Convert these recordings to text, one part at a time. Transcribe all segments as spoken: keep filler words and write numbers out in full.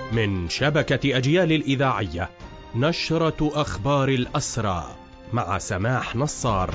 من شبكة أجيال الإذاعية، نشرة أخبار الأسرى مع سماح نصار.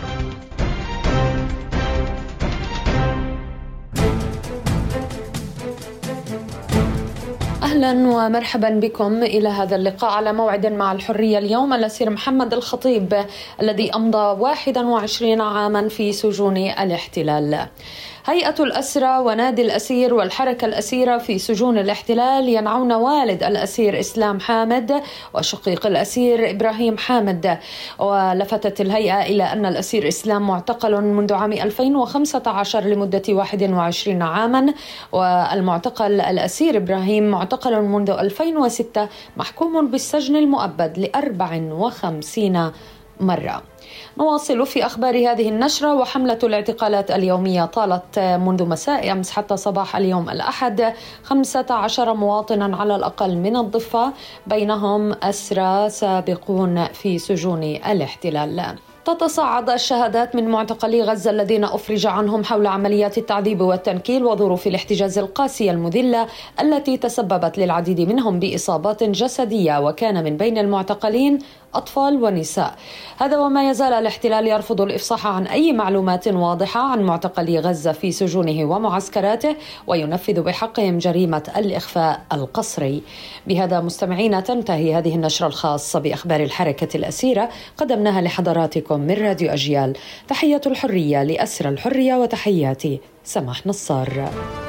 أهلا ومرحبا بكم إلى هذا اللقاء على موعد مع الحرية. اليوم الأسير محمد الخطيب الذي أمضى واحد وعشرين عاما في سجون الاحتلال. هيئة الأسرى ونادي الأسير والحركة الأسيرة في سجون الاحتلال ينعون والد الأسير إسلام حامد وشقيق الأسير إبراهيم حامد. ولفتت الهيئة إلى أن الأسير إسلام معتقل منذ عام ألفين وخمسة عشر لمدة واحد وعشرين عاما، والمعتقل الأسير إبراهيم معتقل منذ ألفين وستة محكوم بالسجن المؤبد لأربع وخمسين مرة. نواصل في أخبار هذه النشرة. وحملة الاعتقالات اليومية طالت منذ مساء أمس حتى صباح اليوم الأحد خمسة عشر مواطنا على الأقل من الضفة، بينهم أسرى سابقون في سجون الاحتلال. تتصاعد الشهادات من معتقلي غزة الذين أفرج عنهم حول عمليات التعذيب والتنكيل وظروف الاحتجاز القاسية المذلة التي تسببت للعديد منهم بإصابات جسدية، وكان من بين المعتقلين أطفال ونساء. هذا وما يزال الاحتلال يرفض الإفصاح عن أي معلومات واضحة عن معتقلي غزة في سجونه ومعسكراته، وينفذ بحقهم جريمة الإخفاء القسري. بهذا مستمعين تنتهي هذه النشرة الخاصة بأخبار الحركة الأسيرة، قدمناها لحضراتكم من راديو أجيال. تحية الحرية لأسرى الحرية، وتحياتي سماح نصار.